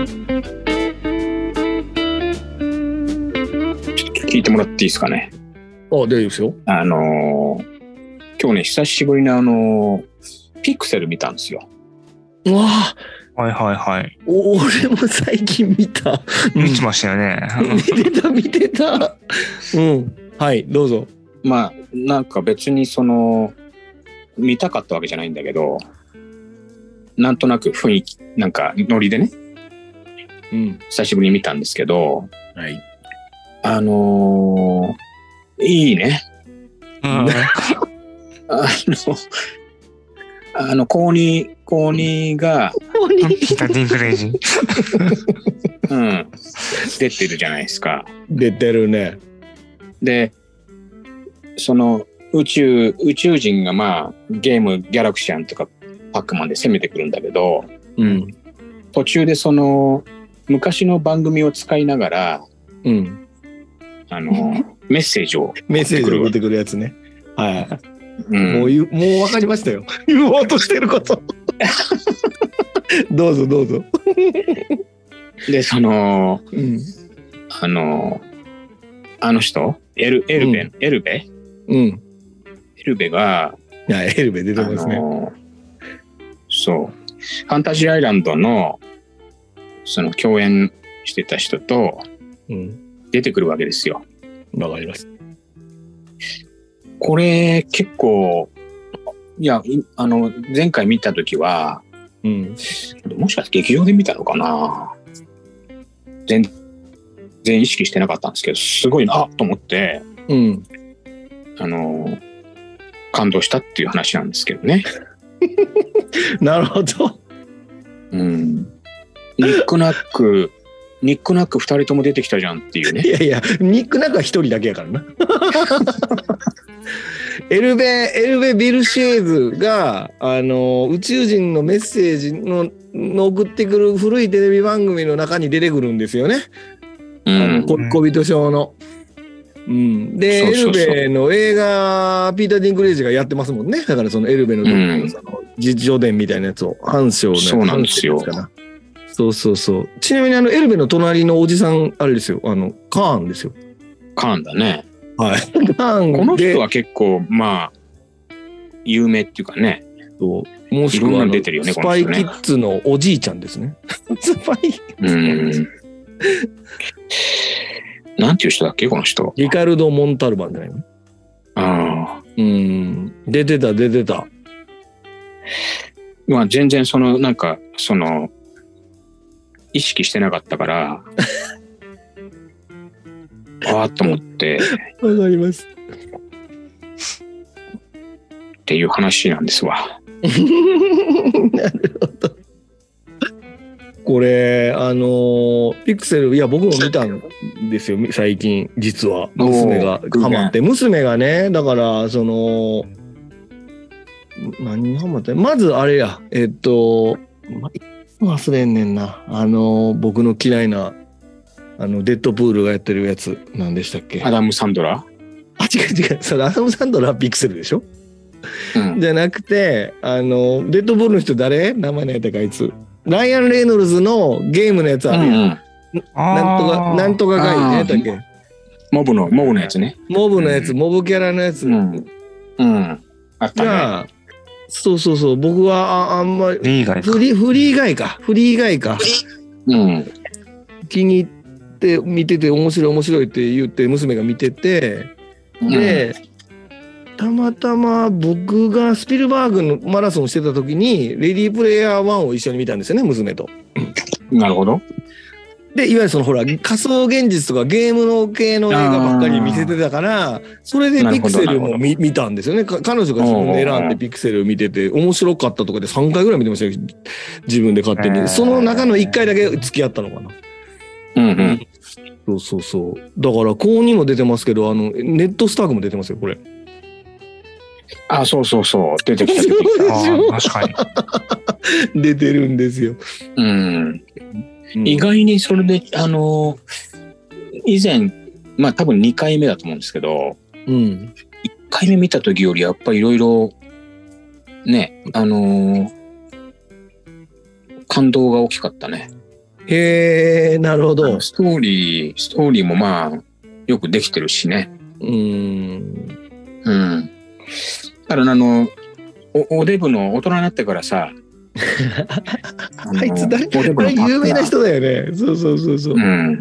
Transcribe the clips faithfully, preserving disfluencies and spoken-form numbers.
聞いてもらっていいですかね。 あ、大丈夫ですよ。 あのー、今日ね、久しぶりにあのー、ピクセル見たんですよ。 うわあ、 はいはいはい。 お俺も最近見た。 見てましたよね。 見てた見てた。うん。はい、どうぞ。 まあなんか別にその見たかったわけじゃないんだけど、なんとなく雰囲気なんかノリでね、 うん、 久しぶりに見たんですけど、 はい。 あのー、いいね。 うん、 あのあの高に高にがヒタティンクレイジーうん出てるじゃないですか。 出てるね。 でその宇宙宇宙人がまあゲームギャラクシアンとかパックマンで攻めてくるんだけど、 うん、 途中でその昔の番組を使いながら、 うん、 あのメッセージをメッセージを送ってくるやつね。はい。 うん、 もう言うもう分かりましたよ。言おうとしてること。どうぞどうぞ。 でその、 うん、 あのあの人エルエルベ、うん、エルベ、 うん、 エルベがいやエルベ出てますね。 そうファンタジーアイランドのその共演してた人と出てくるわけですよ。 わかります。 これ結構いやあの前回見た時は、うん、もしかして劇場で見たのかな、全然意識してなかったんですけど、すごいなと思って、うん、あの感動したっていう話なんですけどね。 なるほど。 うん、ニックナックニックナックふたりとも出てきたじゃんっていうね。 いやいやニックナックはひとりだけやからな。エルベエルベ・ビルシェーズがあの宇宙人のメッセージ の, の送ってくる古いテレビ番組の中に出てくるんですよね。うん、あの小人症の。うん、でそうそうそうエルベの映画ピーター・ディンクレイジがやってますもんね。だからそのエルベの時のその実情伝みたいなやつを半章のそうなんですよ。 そうそうそう。ちなみにあのエルベの隣のおじさんあれですよ、あのカーンですよ。 カーンだね。 はい。カーンこの人は結構まあ有名っていうかね。 そうもしくは、ね、スパイキッズのおじいちゃんですね。スパイキッズ。うんなんていう人だっけこの人。 リカルド・モンタルバンじゃないの？ ああ。 うん。出てた出てた。 まあ全然そのなんかその意識してなかったからああと思って。 わかります。 っていう話なんですわ。 なるほど。これあのー、ピクセルいや僕も見たんですよ最近実は娘がハマって娘がねだからその何にハマってまずあれやえっと、ま、忘れんねんなあのー、僕の嫌いなあのデッドプールがやってるやつ何でしたっけ？ アダム・サンドラ？ あ違う違うそれアダム・サンドラはピクセルでしょ、うん、じゃなくてあのデッドプールの人誰？名前のやったかあいつライアン・レイノルズのゲームのやつあるやん、うんうん、なんとかなんとかガイ何やったっけ？ モブのモブのやつね。 モブのやつ、うん、モブキャラのやつ、うんうん、あったね。 そうそうそう僕は あ, あんまりフリーガイかフリフリーガイかフリーガイか、 うん、 気に入って見てて面白い面白いって言って娘が見ててで、うん、たまたま僕がスピルバーグのマラソンしてた時にレディープレイヤーワンを一緒に見たんですよね娘と。 なるほど。 でいわゆるそのほら仮想現実とかゲームの系の映画ばっかり見せてたからそれでピクセルも 見, 見たんですよね。彼女が自分で選んでピクセルを見てて面白かったとかでさんかいぐらい見てましたよ自分で勝手に。その中のいっかいだけ付き合ったのかな。 うんうん。 そうそうそうだから高にも出てますけどあのネットスタークも出てますよこれ。 あそうそうそう出てきた出てきた。 確かに出てるんですよ。 うんうん、意外にそれであの以前まあ多分にかいめだと思うんですけど、うん、いっかいめ見た時よりやっぱりいろいろねあのー、感動が大きかったね。 へえ、なるほど。 ストーリー、ストーリーもまあ、よくできてるしね。 うーん。 うん。だからあの、お、おデブの大人になってからさ、 あいつ誰あれ有名な人だよね。そうそうそうそう。 うん。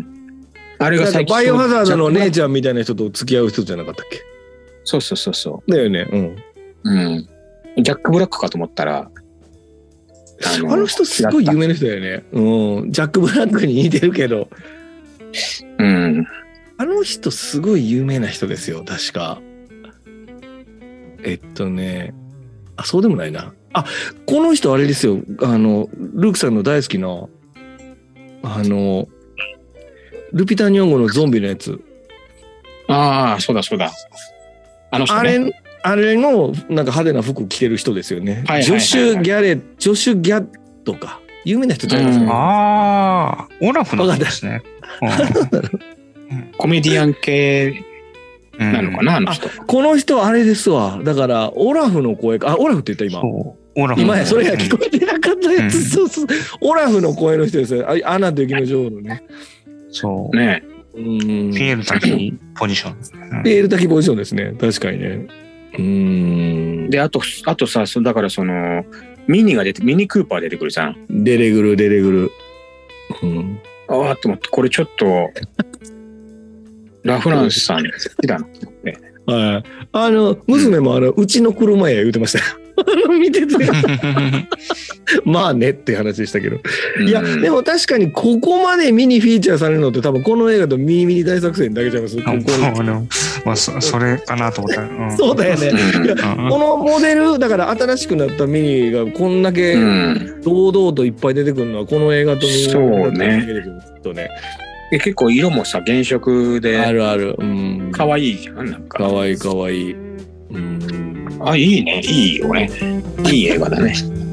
あれが最近。 バイオハザードの姉ちゃんみたいな人と付き合う人じゃなかったっけ？ そうそうそうそう。 だよね。うん。 うん。ジャック・ブラックかと思ったら、 あの、あの人すごい有名な人だよね。うん。ジャック・ブラックに似てるけど。 うん。 あの人すごい有名な人ですよ。確か。えっとね。あ、そうでもないな。あ、この人あれですよ。あの、ルークさんの大好きな、あの、ルピターニョンゴのゾンビのやつ。 ああ、そうだそうだ。あの人ね。 あれ、あれの、なんか派手な服着てる人ですよね。 はいはいはいはい、 ジョシュ・ギャレ、ジョシュ・ギャットか。有名な人ちゃいますね。 ああ、オラフのことですね。 コメディアン系なのかな、あの人。 この人あれですわ。だから、オラフの声か。あ、オラフって言った今。 そうオラフ今や、それが聞こえてなかったやつ。うん、そうそう。オラフの声の人ですよ。アナと雪の女王のね。 そう。 ねうん。ピエール滝ポジション。 ピエール滝ポジションですね。確かにね。うん。 で、あと、あとさ、だからその、ミニが出て、ミニクーパー出てくるじゃん。 デレグル、デレグル。うん。 ああ、と思って、これちょっと、ラフランスさん好きだなと思って。 はい。あの、娘もあの、うちの車や言うてましたよ。あの、見てて。まあねって話でしたけど。いや、でも確かにここまでミニフィーチャーされるのって多分この映画とミニミニ大作戦だけちゃいます。ここまあ、そ, それかなと思った、うん、 そうだよね。いや、このモデル、だから新しくなったミニがこんだけ堂々といっぱい出てくるのはこの映画とミニそうね。 とね。 結構色もさ、原色で。 あるある。うん。 かわいいじゃん、なんか。 かわいいかわいい。うん。 あ、いいね。いいよね。いい映画だね。